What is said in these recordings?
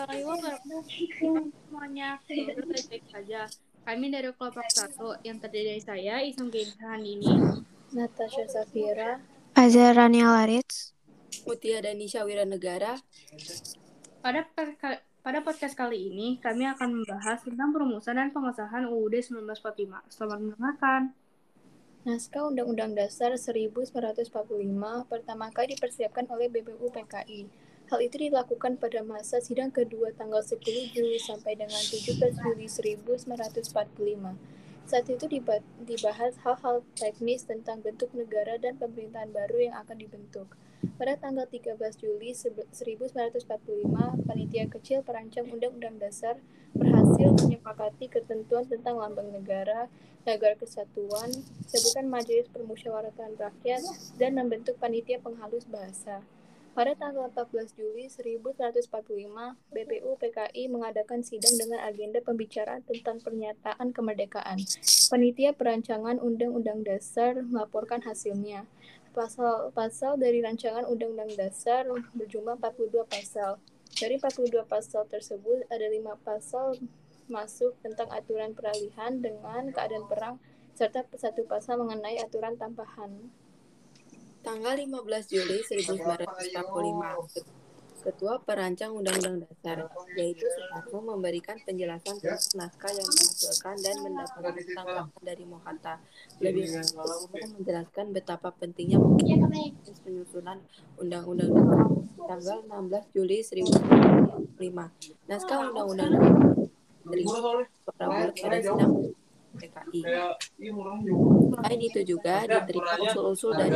warahmatullahi wabarakatuh. Semuanya, semoga baik-baik saja. Kami dari kelompok 1 yang terdiri dari saya, Isam Genhan ini, Natasha Safira, Azhar Rania Laritz, Mutia Danisha Wiranegara. Pada podcast kali ini, kami akan membahas tentang perumusan dan pengesahan UUD 1945. Selamat mendengarkan. Naskah Undang-Undang Dasar 1945 pertama kali dipersiapkan oleh BPU PKI. Hal itu dilakukan pada masa sidang kedua tanggal 10 Juli sampai dengan 17 Juli 1945. Saat itu dibahas hal-hal teknis tentang bentuk negara dan pemerintahan baru yang akan dibentuk. Pada tanggal 13 Juli 1945, panitia kecil perancang Undang-Undang Dasar berhasil menyepakati ketentuan tentang lambang negara, negara kesatuan, sebutan Majelis Permusyawaratan Rakyat, dan membentuk panitia penghalus bahasa. Pada tanggal 14 Juli 1945, BPU PKI mengadakan sidang dengan agenda pembicaraan tentang pernyataan kemerdekaan. Panitia perancangan Undang-Undang Dasar melaporkan hasilnya. Pasal-pasal dari rancangan Undang-Undang Dasar berjumlah 42 pasal. Dari 42 pasal tersebut, ada 5 pasal masuk tentang aturan peralihan dengan keadaan perang, serta satu pasal mengenai aturan tambahan. Tanggal 15 Juli 1945, Ketua Perancang Undang-Undang Dasar, yaitu Soekarno, memberikan penjelasan tentang naskah yang dihasilkan dan mendapatkan tanggapan dari Mohatta. Lebih lanjut, Soekarno menjelaskan betapa pentingnya proses penyusunan Undang-Undang Dasar. Tanggal 16 Juli 1945, naskah Undang-Undang Dasar diterima suara bulat pada sidang PKI. Selain itu juga diterima usul-usul dari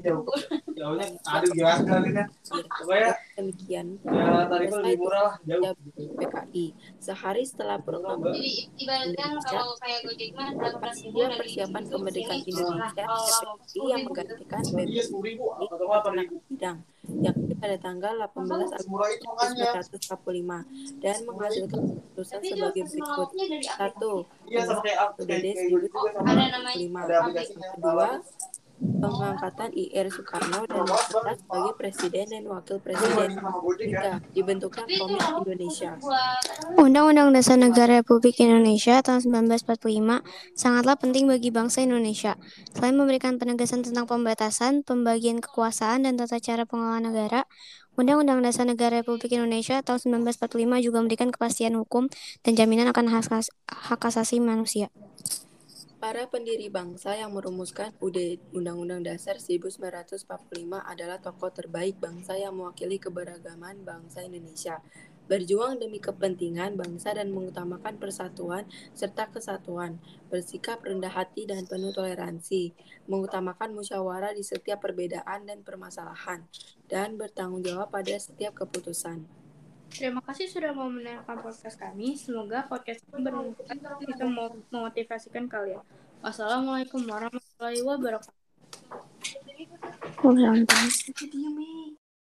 demikian selesai tugas PKI. Sehari setelah proklamasi Indonesia, Panitia Persiapan Kemerdekaan Indonesia (PPI) yang menggantikan BPI melaksanakan sidang, yakni pada tanggal 18 Agustus 1945 dan menghasilkan keputusan sebagai berikut. 1. Pengesahan UUD 1945. Yang kedua, pengangkatan Ir Soekarno dan Hatta sebagai Presiden dan Wakil Presiden. 3. Dibentuknya Komit Indonesia. Undang-Undang Dasar Negara Republik Indonesia tahun 1945 sangatlah penting bagi bangsa Indonesia. Selain memberikan penegasan tentang pembatasan, pembagian kekuasaan, dan tata cara pengelolaan negara, Undang-Undang Dasar Negara Republik Indonesia tahun 1945 juga memberikan kepastian hukum dan jaminan akan hak asasi manusia. Para pendiri bangsa yang merumuskan Undang-Undang Dasar 1945 adalah tokoh terbaik bangsa yang mewakili keberagaman bangsa Indonesia, berjuang demi kepentingan bangsa dan mengutamakan persatuan serta kesatuan, bersikap rendah hati dan penuh toleransi, mengutamakan musyawarah di setiap perbedaan dan permasalahan, dan bertanggung jawab pada setiap keputusan. Terima kasih sudah mau mendengarkan podcast kami. Semoga podcast ini bermanfaat dan bisa memotivasikan kalian. Wassalamualaikum warahmatullahi wabarakatuh.